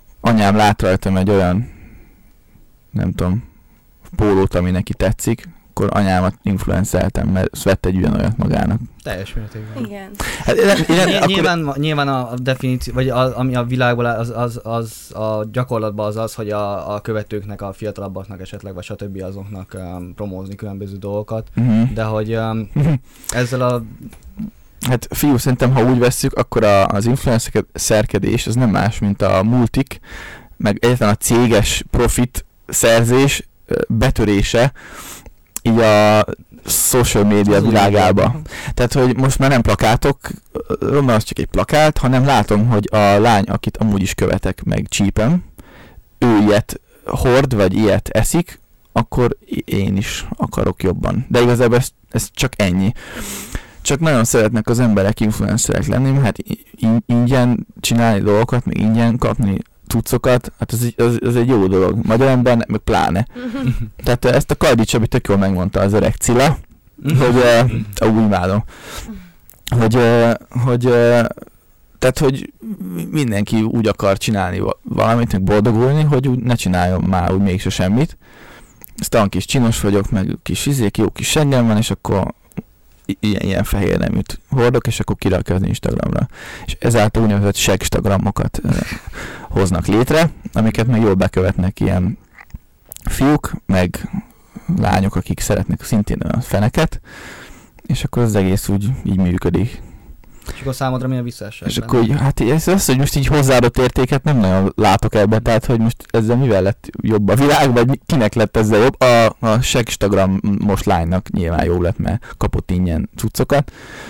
[SPEAKER 3] anyám lát rajtam egy olyan, nem tudom, pólót, ami neki tetszik, akkor anyámat influenceltem, mert vett egy ugyanolyat magának.
[SPEAKER 2] Teljes mértékben.
[SPEAKER 1] Igen.
[SPEAKER 3] Hát, én, én,
[SPEAKER 2] Ny-
[SPEAKER 3] akkor...
[SPEAKER 2] nyilván, nyilván a definíció, vagy a, ami a világból az, az, az a gyakorlatban az az, hogy a, a követőknek, a fiatalabbaknak esetleg, vagy stb. Azoknak um, promózni különböző dolgokat, uh-huh. de hogy um, ezzel a...
[SPEAKER 3] Hát fiú, szerintem, ha úgy vesszük, akkor a, az influencer szerkedés az nem más, mint a multik, meg egyáltalán a céges profit szerzés betörése így a social media az világába. Tehát, hogy most már nem plakátok, román az csak egy plakát, hanem látom, hogy a lány, akit amúgy is követek, meg csípem, ő ilyet hord, vagy ilyet eszik, akkor én is akarok jobban. De igazából ez, ez csak ennyi. Csak nagyon szeretnek az emberek influencerek lenni, mert hát ingyen csinálni dolgokat, meg ingyen kapni cuccokat, hát az, az, az egy jó dolog. Magyar ember, meg pláne. Tehát ezt a Kajdi Csabi tök jól megmondta az öreg Cilla, hogy uh, úgy imádom, hogy, uh, hogy uh, tehát, hogy mindenki úgy akar csinálni valamit, meg boldogulni, hogy úgy ne csináljon már úgy mégse semmit. Aztán kis csinos vagyok, meg kis izék, jó kis seggem van, és akkor ilyen, ilyen fehér neműt hordok, és akkor kirakja az Instagramra. És ezáltal úgynevezett segstagramokat uh, hoznak létre, amiket meg jól bekövetnek ilyen fiúk, meg lányok, akik szeretnek szintén a feneket, és akkor az egész úgy így működik.
[SPEAKER 2] És akkor számodra mi a visszaeső?
[SPEAKER 3] És akkor így, hát ez az, hogy most így hozzáadott értéket nem nagyon látok ebben, tehát hogy most ezzel mivel lett jobb a világ, vagy kinek lett ezzel jobb? A, a Instagram most lánynak nyilván jó lett, mert kapott ingyen cuccokat.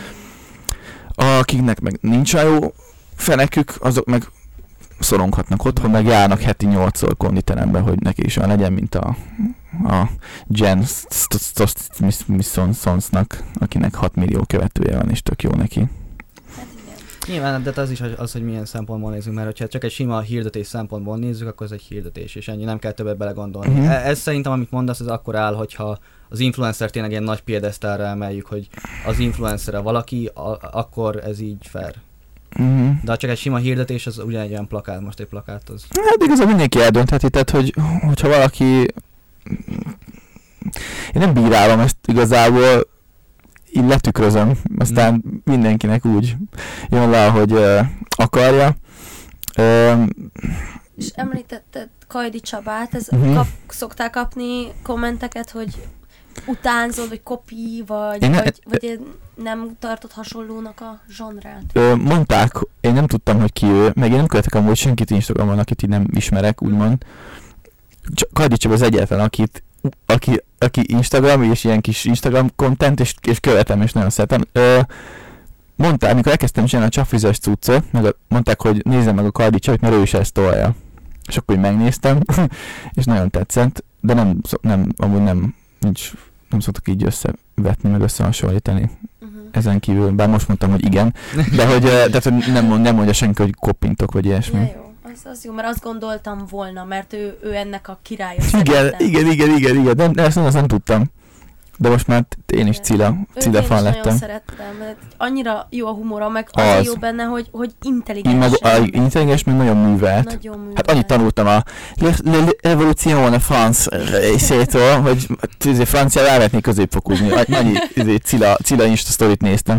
[SPEAKER 3] Akiknek meg nincs olyan jó fenekük, azok meg szoronghatnak otthon, meg járnak heti nyolcszor konditerembe, hogy neki is olyan legyen, mint a, a Jen Smithsonsnak, akinek hat millió követője van, és tök jó neki.
[SPEAKER 2] Nyilván, de az is az, hogy milyen szempontból nézzük, mert hogyha csak egy sima hirdetés szempontból nézzük, akkor ez egy hirdetés, és ennyi, nem kell többet belegondolni. Uh-huh. Ez szerintem, amit mondasz, ez akkor áll, hogyha az influencer tényleg ilyen nagy piedesztálra emeljük, hogy az influencer valaki, a, akkor ez így fair. Uh-huh. De csak egy sima hirdetés, az ugyan egy olyan plakát, most egy plakát az...
[SPEAKER 3] Hát igazából mindenki eldöntheti, tehát hogy, hogyha valaki... Én nem bírálom ezt igazából, így letükrözöm, aztán mm. mindenkinek úgy jön le, hogy uh, akarja. Uh,
[SPEAKER 1] És említetted Kajdi Csabát, ez
[SPEAKER 3] uh-huh.
[SPEAKER 1] kap, szoktál kapni kommenteket, hogy utánzod, vagy kopi, vagy,
[SPEAKER 3] ne,
[SPEAKER 1] vagy, vagy nem tartod hasonlónak a zsanrát?
[SPEAKER 3] Uh, mondták, én nem tudtam, hogy ki ő, meg én nem követek amúgy senkit Instagramon, akit így nem ismerek, úgymond. Kajdi Csaba az egyetlen, akit Aki, aki Instagram, és ilyen kis Instagram content, és, és követem, és nagyon szeretem. Ö, mondták, amikor elkezdtem csinálni a csapvizes cuccot, meg a, mondták, hogy nézzem meg a Kajdi Csabit, mert ő is ezt tolja. És akkor így megnéztem, és nagyon tetszett, de nem, nem amúgy nem, nincs, nem szoktak így összevetni, meg összehasonlítani. Uh-huh. Ezen kívül, bár most mondtam, hogy igen, de hogy, tehát, hogy nem, nem mondja senki, hogy koppintok, vagy ilyesmi.
[SPEAKER 1] Ja, jó. Az, az jó, mert azt gondoltam volna, mert ő, ő ennek a királya.
[SPEAKER 3] Igen, igen, igen, igen, igen, de, de ezt nem, azt nem tudtam. De most már én is Cilla, Cilla fan lettem.
[SPEAKER 1] Én is nagyon szerettem, mert annyira jó a humora, meg az, az. jó benne, hogy, hogy intelligens.
[SPEAKER 3] Meg, a, intelligens, meg nagyon művelt.
[SPEAKER 1] Nagyon művelt. Hát
[SPEAKER 3] annyit tanultam a L'Evolution France részétől, hogy franciául elvetnék középfokúzni. Annyi Cilla, Cilla Insta sztorit néztem.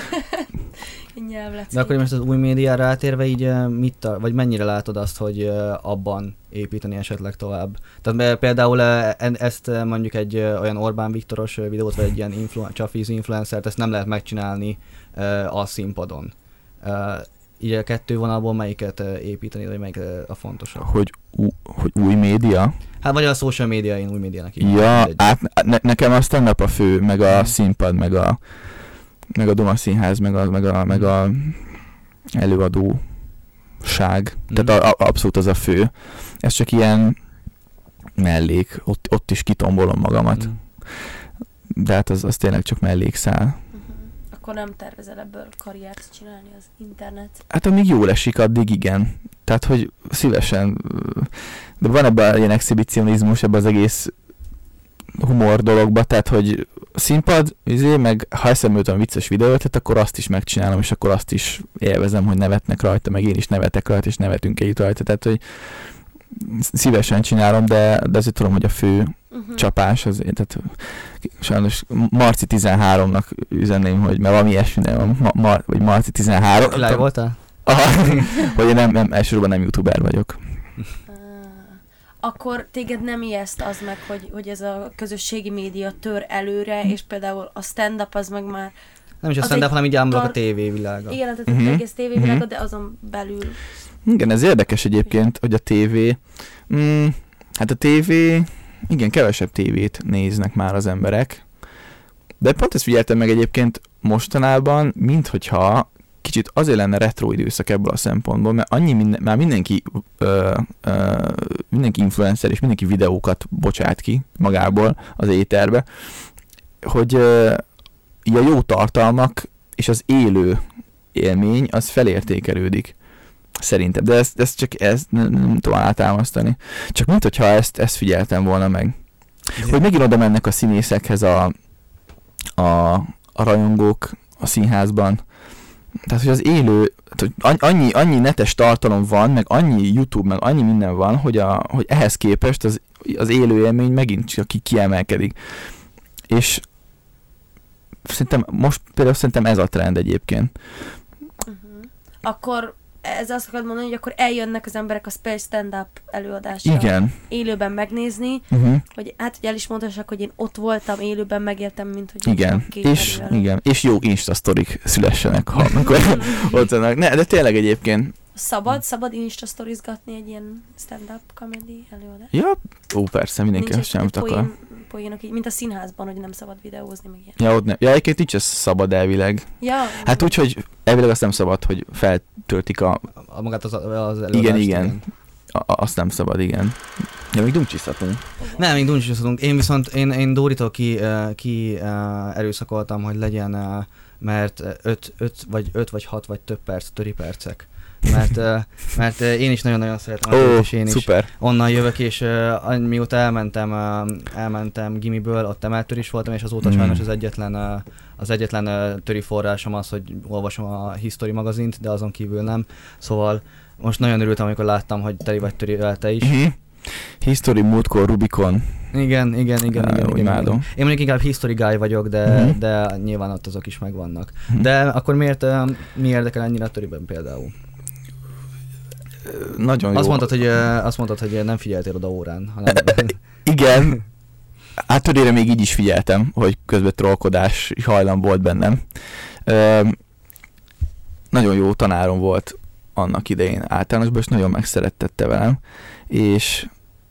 [SPEAKER 2] De akkor most az új médiára átérve így mit tar- vagy mennyire látod azt, hogy abban építeni esetleg tovább? Tehát például ezt mondjuk egy olyan Orbán Viktoros videót, vagy egy ilyen influ- csapvízű influencert, ezt nem lehet megcsinálni a színpadon. Így a kettő vonalból melyiket építeni, vagy melyik a fontosabb?
[SPEAKER 3] Hogy, ú- hogy új média?
[SPEAKER 2] Hát vagy a social média, én új médiának így.
[SPEAKER 3] Ja, át, ne- nekem a stand-up a fő, meg a színpad, meg a meg a Doma Színház, meg a, meg a, meg a előadóság. Mm. Tehát a, a, abszolút az a fő. Ez csak ilyen mellék, ott, ott is kitombolom magamat. Mm. De hát az, az tényleg csak mellékszál. Uh-huh.
[SPEAKER 1] Akkor nem tervezel ebből karriert csinálni az internet?
[SPEAKER 3] Hát amíg jól esik, addig igen. Tehát, hogy szívesen. De van ebben ilyen exhibicionizmus, ebben az egész humor dologba, tehát, hogy színpad, izé, meg ha eszembe jutom vicces videót, akkor azt is megcsinálom, és akkor azt is élvezem, hogy nevetnek rajta, meg én is nevetek rajta, és nevetünk együtt rajta, tehát, hogy szívesen csinálom, de, de azért tudom, hogy a fő
[SPEAKER 1] Uh-huh.
[SPEAKER 3] csapás, az, tehát sajnos Marci tizenháromnak üzenném, hogy mert valami ilyesmi, nem, ma, ma, vagy Marci tizenhárom.
[SPEAKER 2] Live voltál?
[SPEAKER 3] Aha, hogy én nem, nem, elsősorban nem youtuber vagyok.
[SPEAKER 1] Ah, akkor téged nem ijeszt az meg, hogy, hogy ez a közösségi média tör előre, és például a stand-up az meg már...
[SPEAKER 2] Nem is a
[SPEAKER 1] Az
[SPEAKER 2] stand-up,
[SPEAKER 1] egy
[SPEAKER 2] hanem így ámulok a
[SPEAKER 1] tar-
[SPEAKER 2] tévévilága.
[SPEAKER 1] Igen, tehát
[SPEAKER 3] Mhm.
[SPEAKER 1] az egész tévévilága,
[SPEAKER 3] Mhm.
[SPEAKER 1] de azon belül...
[SPEAKER 3] Igen, ez érdekes egyébként, hogy a tévé, mm, hát a tévé, igen, kevesebb tévét néznek már az emberek, de pont ezt figyeltem meg egyébként mostanában, minthogyha kicsit azért lenne retro időszak ebből a szempontból, mert annyi minden, már mindenki, ö, ö, mindenki influencer és mindenki videókat bocsát ki magából az éterbe, hogy ö, a jó tartalmak és az élő élmény az felértékelődik. Szerintem, de ezt, ezt csak ezt nem, nem tudom átámasztani. Csak mint hogyha ezt, ezt figyeltem volna meg.
[SPEAKER 2] Igen.
[SPEAKER 3] Hogy megint oda mennek a színészekhez a, a, a rajongók a színházban. Tehát, hogy az élő, tehát, hogy annyi, annyi netes tartalom van, meg annyi YouTube, meg annyi minden van, hogy, a, hogy ehhez képest az, az élő élmény megint csak ki, kiemelkedik. És szerintem most például szerintem ez a trend egyébként.
[SPEAKER 1] Uh-huh. Akkor ez azt akarod mondani, hogy akkor eljönnek az emberek a Space Stand-up előadásra
[SPEAKER 3] Igen.
[SPEAKER 1] élőben megnézni,
[SPEAKER 3] Uh-huh.
[SPEAKER 1] hogy hát, hogy el is mondhassák, hogy én ott voltam, élőben megéltem, mint hogy
[SPEAKER 3] Igen,
[SPEAKER 1] két
[SPEAKER 3] és,
[SPEAKER 1] előre.
[SPEAKER 3] igen, és jó Insta sztorik szülessenek, ha amikor ott vannak. Ne, de tényleg egyébként,
[SPEAKER 1] Szabad, szabad Insta sztorizgatni egy ilyen stand-up comedy előadás?
[SPEAKER 3] ja, ó persze, mindenki
[SPEAKER 1] Nincs
[SPEAKER 3] azt sem
[SPEAKER 1] egy
[SPEAKER 3] akar.
[SPEAKER 1] poén, poénok így, mint a színházban, hogy nem szabad videózni, meg ilyen.
[SPEAKER 3] Ja, ott nem. Ja, egyébként nincs ez szabad elvileg.
[SPEAKER 1] Ja,
[SPEAKER 3] Hát úgy, hogy elvileg azt nem szabad, hogy feltöltik a...
[SPEAKER 2] A magát az, az előadást.
[SPEAKER 3] Igen, igen. A, a- azt nem szabad, igen. Ja, még dumcsiszhatunk.
[SPEAKER 2] Nem, még duncsizhatunk. Én viszont, én, én Dóritól ki, eh, ki eh, erőszakoltam, hogy legyen, eh, mert öt, öt, vagy öt vagy hat vagy több perc, töri percek. Mert, eh, mert eh, én is nagyon-nagyon szeretem,
[SPEAKER 3] Ó,
[SPEAKER 2] és én is
[SPEAKER 3] szuper.
[SPEAKER 2] onnan jövök, és uh, mióta elmentem, uh, elmentem gimiből, ott emeltör is voltam, és azóta
[SPEAKER 3] Mm.
[SPEAKER 2] sajnos az egyetlen, uh, az egyetlen uh, töri forrásom az, hogy olvasom a History magazint, de azon kívül nem. Szóval most nagyon örültem, amikor láttam, hogy teli vagy törivel te is.
[SPEAKER 3] Uh-huh. History, múltkor, Rubicon.
[SPEAKER 2] Igen, igen, igen,
[SPEAKER 3] Á,
[SPEAKER 2] igen,
[SPEAKER 3] úgy
[SPEAKER 2] igen,
[SPEAKER 3] imádom.
[SPEAKER 2] igen. Én mondjuk inkább history guy vagyok, de,
[SPEAKER 3] Mhm.
[SPEAKER 2] de nyilván ott azok is megvannak.
[SPEAKER 3] Mhm.
[SPEAKER 2] De akkor miért, uh, mi érdekel ennyire a töriben például?
[SPEAKER 3] Nagyon jó.
[SPEAKER 2] Azt mondtad, hogy, uh, azt mondtad, hogy nem figyeltél oda órán, hanem...
[SPEAKER 3] Igen. Hát törére még így is figyeltem, hogy közben trollkodás hajlam volt bennem. Ö, nagyon jó tanárom volt annak idején általánosban, és nagyon megszerettette velem, és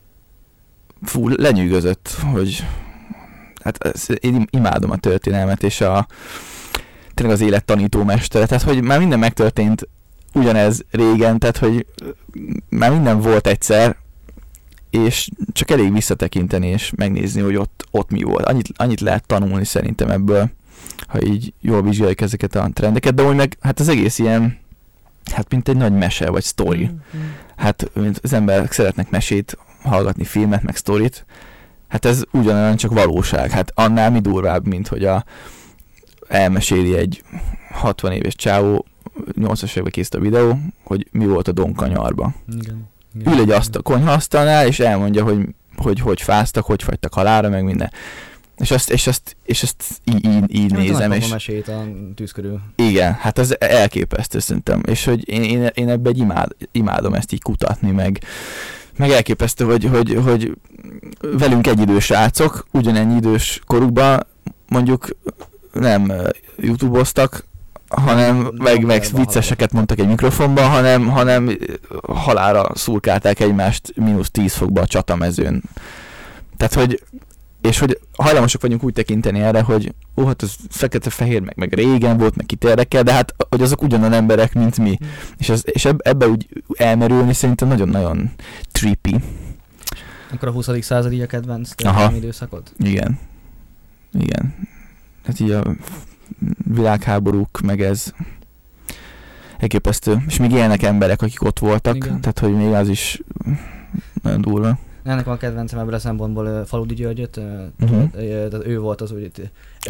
[SPEAKER 3] fú, lenyűgözött, hogy hát ez, én imádom a történelmet, és a tényleg az élet tanítómestere, tehát hogy már minden megtörtént ugyanez régen, tehát hogy már minden volt egyszer, és csak elég visszatekinteni és megnézni, hogy ott, ott mi volt. Annyit, annyit lehet tanulni szerintem ebből, ha így jól vizsgáljuk ezeket a trendeket, de úgy meg hát az egész ilyen, hát mint egy nagy mese vagy sztori. Hát mint az emberek szeretnek mesét, hallgatni filmet, meg sztorit, hát ez ugyanolyan csak valóság. Hát annál mi durvább, mint hogy a, elmeséli egy hatvan éves csávó, nyolcas évben készít a videó, hogy mi volt a Donkanyarban.
[SPEAKER 2] Igen. Igen.
[SPEAKER 3] Ül egy asztal, konyhaasztalnál, és elmondja, hogy hogy, hogy fáztak, hogy fagytak halálra, meg minden. És azt, és azt, és azt így, így, így nézem, és
[SPEAKER 2] a mesét a tűz körül.
[SPEAKER 3] igen, hát ez elképesztő szerintem, és hogy én, én, én ebben imád, imádom ezt így kutatni, meg, meg elképesztő, hogy, hogy, hogy velünk egyidős srácok, ugyanennyi idős korukban mondjuk nem YouTube-oztak, hanem meg, meg vicceseket mondtak egy mikrofonban, hanem, hanem halálra szurkálták egymást mínusz tíz fokba a csatamezőn. Tehát, hogy és hogy hajlamosak vagyunk úgy tekinteni erre, hogy ó, hát ez fekete-fehér, meg, meg régen volt, meg kit érdekel, de hát, hogy azok ugyanolyan emberek, mint mi. Mm. És, ez, és eb, ebbe úgy elmerülni szerintem nagyon-nagyon trippy.
[SPEAKER 2] Akkor a huszadik századi a kedvenc időszakod?
[SPEAKER 3] Igen. Igen. Hát így a világháborúk, meg ez elképesztő. És még élnek emberek, akik ott voltak, igen. Tehát, hogy még az is nagyon durva.
[SPEAKER 2] Ennek van kedvencem ebből a szempontból uh, Faludi Györgyöt, uh,
[SPEAKER 3] uh-huh.
[SPEAKER 2] uh, ő volt az, hogy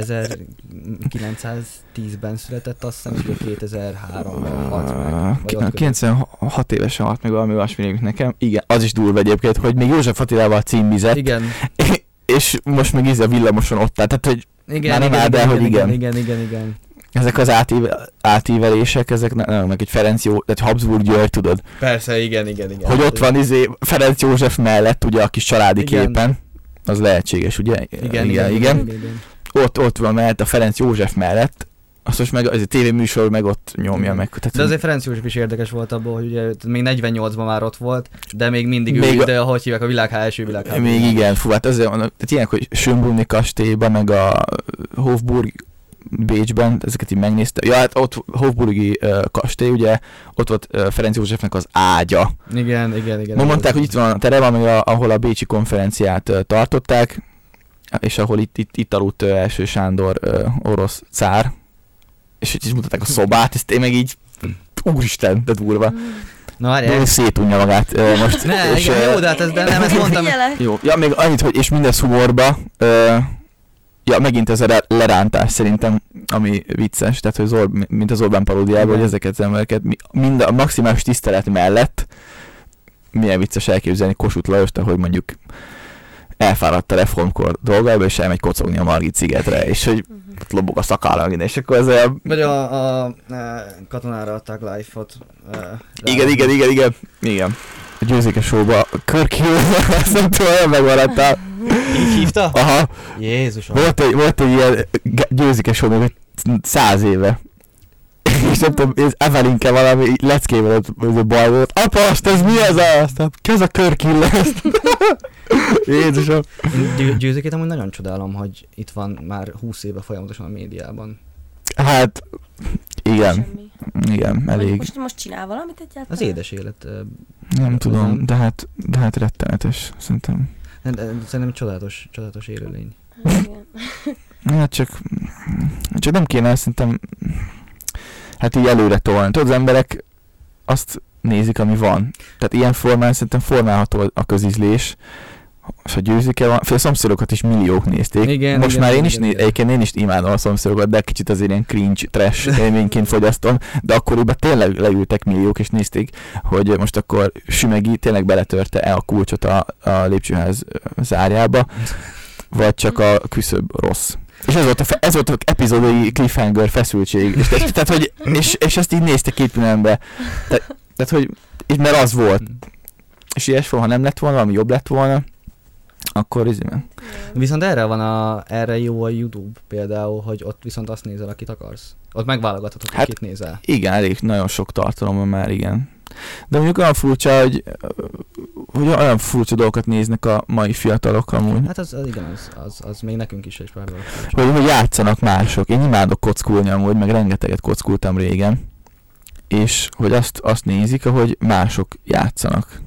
[SPEAKER 2] ezerkilencszáztízben született, azt hiszem, és kétezer-háromban halt meg.
[SPEAKER 3] kilencvenhat évesen halt meg valami olyasmi nekem. Igen, az is durva egyébként, hogy még József Attilával címzett.
[SPEAKER 2] Igen.
[SPEAKER 3] És most meg íze a villamoson ott áll. Tehát, hogy
[SPEAKER 2] igen,
[SPEAKER 3] már nem
[SPEAKER 2] igen,
[SPEAKER 3] áll, de
[SPEAKER 2] igen,
[SPEAKER 3] hogy igen.
[SPEAKER 2] Igen, igen, igen, igen.
[SPEAKER 3] Ezek az átíve, átívelések, ezek nem, meg egy Ferenc Jó, tehát Habsburg György, tudod?
[SPEAKER 2] Persze, igen, igen, igen.
[SPEAKER 3] Hogy ott van izé Ferenc József mellett, ugye a kis családi igen. képen, az lehetséges, ugye?
[SPEAKER 2] Igen, igen, igen. igen, igen, igen.
[SPEAKER 3] Ott, ott van mellett a Ferenc József mellett, azt most meg az a tévéműsor meg ott nyomja meg. Tehát,
[SPEAKER 2] de azért Ferenc József is érdekes volt abból, hogy ugye még negyvennyolcban már ott volt, de még mindig
[SPEAKER 3] még
[SPEAKER 2] ő,
[SPEAKER 3] a...
[SPEAKER 2] de ahogy hívják a világ első világháború.
[SPEAKER 3] Még igen, fú, hát azért mondom, tehát ilyenek, hogy Schönbrunni kastélyban, meg a Hofburg Bécsben, ezeket így megnéztem. Ja, hát ott Hofburgi uh, kastély, ugye, ott volt uh, Ferenc Józsefnek az ágya.
[SPEAKER 2] Igen, igen, igen.
[SPEAKER 3] Ma mondták, hogy itt van a terem, ahol a bécsi konferenciát uh, tartották, és ahol itt, itt, itt aludt uh, első Sándor uh, orosz cár, és itt is mutatták a szobát, ezt én meg így, úristen, de durva.
[SPEAKER 2] Na várjál.
[SPEAKER 3] Szétunja magát uh, most.
[SPEAKER 2] Ne,
[SPEAKER 3] és,
[SPEAKER 2] igen, uh, jó, de hát ez, de nem ezt mondtam.
[SPEAKER 3] Jó, ja, még annyit, hogy és mindez humorba, uh, ja, megint ez a lerántás szerintem, ami vicces, tehát hogy az Or- mint az Orbán paródiában, hogy ezeket az embereket mind a maximális tisztelet mellett milyen vicces elképzelni Kossuth Lajost, ahogy mondjuk elfáradt a reformkor dolgába, és elmegy kocogni a Margit szigetre, és hogy ott lobog a szakállal, és akkor ez a...
[SPEAKER 2] Vagy a, a, a katonára adták life-ot.
[SPEAKER 3] Igen, igen, igen, igen, igen. A Győzike Show-ba Kirk Hill, azt nem tudom, olyan megmaradtál.
[SPEAKER 2] Így hívta?
[SPEAKER 3] Aha.
[SPEAKER 2] Jézusom.
[SPEAKER 3] Volt egy, volt egy ilyen Győzike Show még száz éve. És nem tudom, ez Evelinke valami leckével ott a baj volt. Apa, azt ez mi ez a? Aztán kezd a Kirk Hill ezt. Jézusom.
[SPEAKER 2] Gy- Győzikét amúgy nagyon csodálom, hogy itt van már húsz éve folyamatosan a médiában.
[SPEAKER 3] Hát, igen.
[SPEAKER 1] Semmi.
[SPEAKER 3] Igen, elég.
[SPEAKER 1] Most, most csinál valamit egyáltalán?
[SPEAKER 2] Az édes élet.
[SPEAKER 3] Nem tudom, de hát, de hát rettenetes, szerintem.
[SPEAKER 2] De, de, szerintem csodálatos, csodálatos élőlény.
[SPEAKER 1] Igen.
[SPEAKER 3] Hát csak, csak nem kéne szerintem, hát így előre tolni. Tudod, az emberek azt nézik, ami van. Tehát ilyen formán szerintem formálható a közízlés, és a Győzike van, fél szomszédokat is milliók nézték.
[SPEAKER 2] Igen,
[SPEAKER 3] most
[SPEAKER 2] igen,
[SPEAKER 3] már
[SPEAKER 2] igen,
[SPEAKER 3] én is,
[SPEAKER 2] igen,
[SPEAKER 3] né-
[SPEAKER 2] igen.
[SPEAKER 3] egyébként én is imádom a szomszédokat, de kicsit azért ilyen cringe, trash élményként fogyasztom, de akkoriban tényleg leültek milliók, és nézték, hogy most akkor Sümegi tényleg beletörte-e a kulcsot a, a lépcsőház zárjába, vagy csak a küszöb rossz. És ez volt a, fe- ez volt a epizódai cliffhanger feszültség, és, és, tehát, hogy, és, és ezt így nézte két pillanatban. Te, tehát, hogy, és mert az volt. És ilyesmi, ha nem lett volna, valami jobb lett volna, akkor ez nem.
[SPEAKER 2] Viszont erre van a, erre jó a YouTube például, hogy ott viszont azt nézel, akit akarsz. Ott megválogathatod, hogy
[SPEAKER 3] Hát,
[SPEAKER 2] kit nézel.
[SPEAKER 3] Igen, elég nagyon sok tartalom van már, igen. De mondjuk olyan furcsa, hogy, hogy olyan furcsa dolgokat néznek a mai fiatalok amúgy.
[SPEAKER 2] Hát az, az igen, az, az, az még nekünk is egy pár dolog.
[SPEAKER 3] Hogy, hogy játszanak mások. Én imádok kockulni amúgy, meg rengeteget kockultam régen. És hogy azt, azt nézik, ahogy mások játszanak.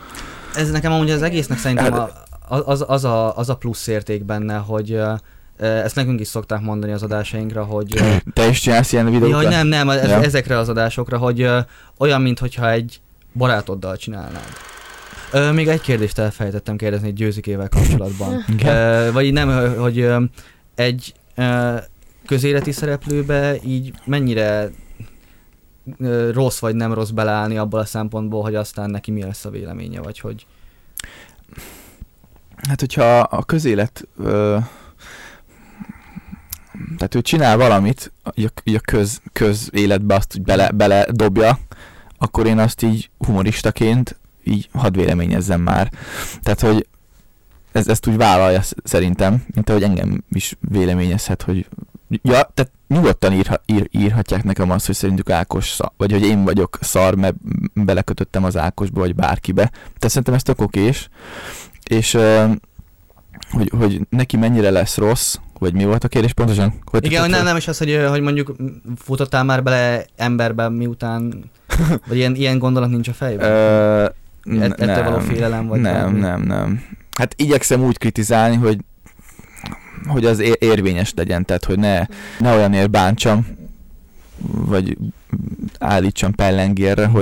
[SPEAKER 2] Ez nekem amúgy az egésznek szerintem a, az, az, a, az a plusz érték benne, hogy uh, ezt nekünk is szokták mondani az adásainkra, hogy... Uh,
[SPEAKER 3] Te is csinálsz ilyen videókat?
[SPEAKER 2] Ja, nem, nem, ez,
[SPEAKER 3] ja.
[SPEAKER 2] ezekre az adásokra, hogy uh, olyan, mintha egy barátoddal csinálnád. Uh, még egy kérdést elfelejtettem kérdezni egy Győzikével kapcsolatban. uh, vagy nem, hogy uh, egy uh, közéleti szereplőbe így mennyire uh, rossz vagy nem rossz beleállni abból a szempontból, hogy aztán neki mi lesz a véleménye, vagy hogy...
[SPEAKER 3] Hát, hogyha a közélet... Ö, tehát ő csinál valamit, így a, így a köz, közéletbe azt úgy bele, bele dobja, akkor én azt így humoristaként így hadd véleményezzem már. Tehát, hogy ez, ezt úgy vállalja szerintem, mint ahogy engem is véleményezhet, hogy ja, tehát nyugodtan írha, ír, írhatják nekem azt, hogy szerintük Ákos szar, vagy hogy én vagyok szar, mert belekötöttem az Ákosba, vagy bárkibe. Tehát szerintem ez tök okés. És uh, hogy, hogy neki mennyire lesz rossz, vagy mi volt a kérdés pontosan? Hogy
[SPEAKER 2] igen, hogy nem, nem is az, hogy, hogy mondjuk futottál már bele emberbe, miután, vagy ilyen, ilyen gondolat nincs a fejben?
[SPEAKER 3] Ö,
[SPEAKER 2] Ett, ettől való félelem? Vagy
[SPEAKER 3] nem,
[SPEAKER 2] valami?
[SPEAKER 3] nem, nem. Hát igyekszem úgy kritizálni, hogy, hogy az érvényes legyen, tehát hogy ne, ne olyanért bántsam, vagy állítsam pellengérre, hogy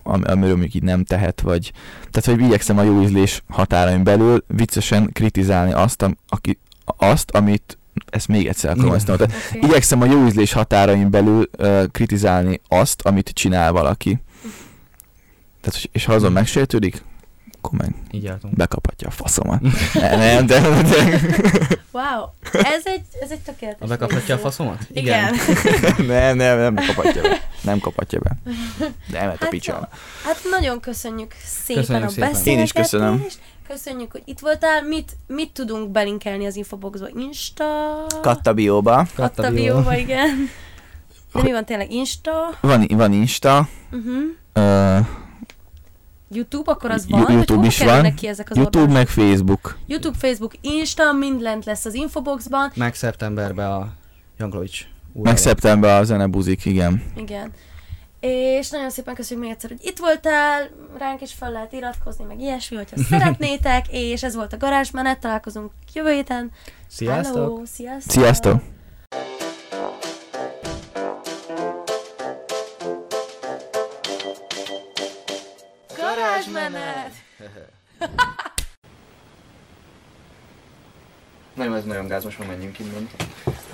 [SPEAKER 3] am, amiről még így nem tehet, vagy tehát, hogy igyekszem a jó ízlés határain belül viccesen kritizálni azt, am, aki, azt amit ezt még egyszer akarom ezt mondani. Okay. Igyekszem a jó ízlés határain belül uh, kritizálni azt, amit csinál valaki. Tehát, és ha azon megsértődik, akkor meg bekaphatja a faszomat. ne, nem, de, de...
[SPEAKER 1] Wow, ez egy, ez egy tökéletes.
[SPEAKER 2] Bekaphatja a faszomat?
[SPEAKER 1] Igen.
[SPEAKER 3] nem, nem, nem kaphatja be. Nem kaphatja be. De elment
[SPEAKER 1] hát
[SPEAKER 3] a picsába.
[SPEAKER 1] Hát nagyon köszönjük szépen
[SPEAKER 2] köszönjük
[SPEAKER 1] a
[SPEAKER 2] szépen.
[SPEAKER 1] beszélgetést.
[SPEAKER 3] Én is köszönöm.
[SPEAKER 1] Köszönjük, hogy itt voltál. Mit, mit tudunk belinkelni az Infoboxba? Insta...
[SPEAKER 3] Katta bióba.
[SPEAKER 1] Katta bióba, igen. De mi van tényleg? Insta?
[SPEAKER 3] Van, van Insta.
[SPEAKER 1] Uh-huh. Uh, YouTube, akkor az van?
[SPEAKER 3] YouTube is van.
[SPEAKER 1] Ki ezek az
[SPEAKER 3] YouTube
[SPEAKER 1] oldalak?
[SPEAKER 3] meg Facebook.
[SPEAKER 1] YouTube, Facebook, Insta, mind lent lesz az Infoboxban.
[SPEAKER 2] Meg szeptemberben a Jankovics úr.
[SPEAKER 3] Meg szeptemberben a zene buzik, igen.
[SPEAKER 1] Igen. És nagyon szépen köszönjük még egyszer, hogy itt voltál, ránk is fel lehet iratkozni, meg ilyesmi, hogyha szeretnétek, és ez volt a Garázsmenet, találkozunk jövő héten.
[SPEAKER 2] Sziasztok!
[SPEAKER 1] Hello, sziasztok!
[SPEAKER 3] Sziasztok!
[SPEAKER 1] Garázsmenet!
[SPEAKER 2] Nem, ez nagyon gáz, most már menjünk innen.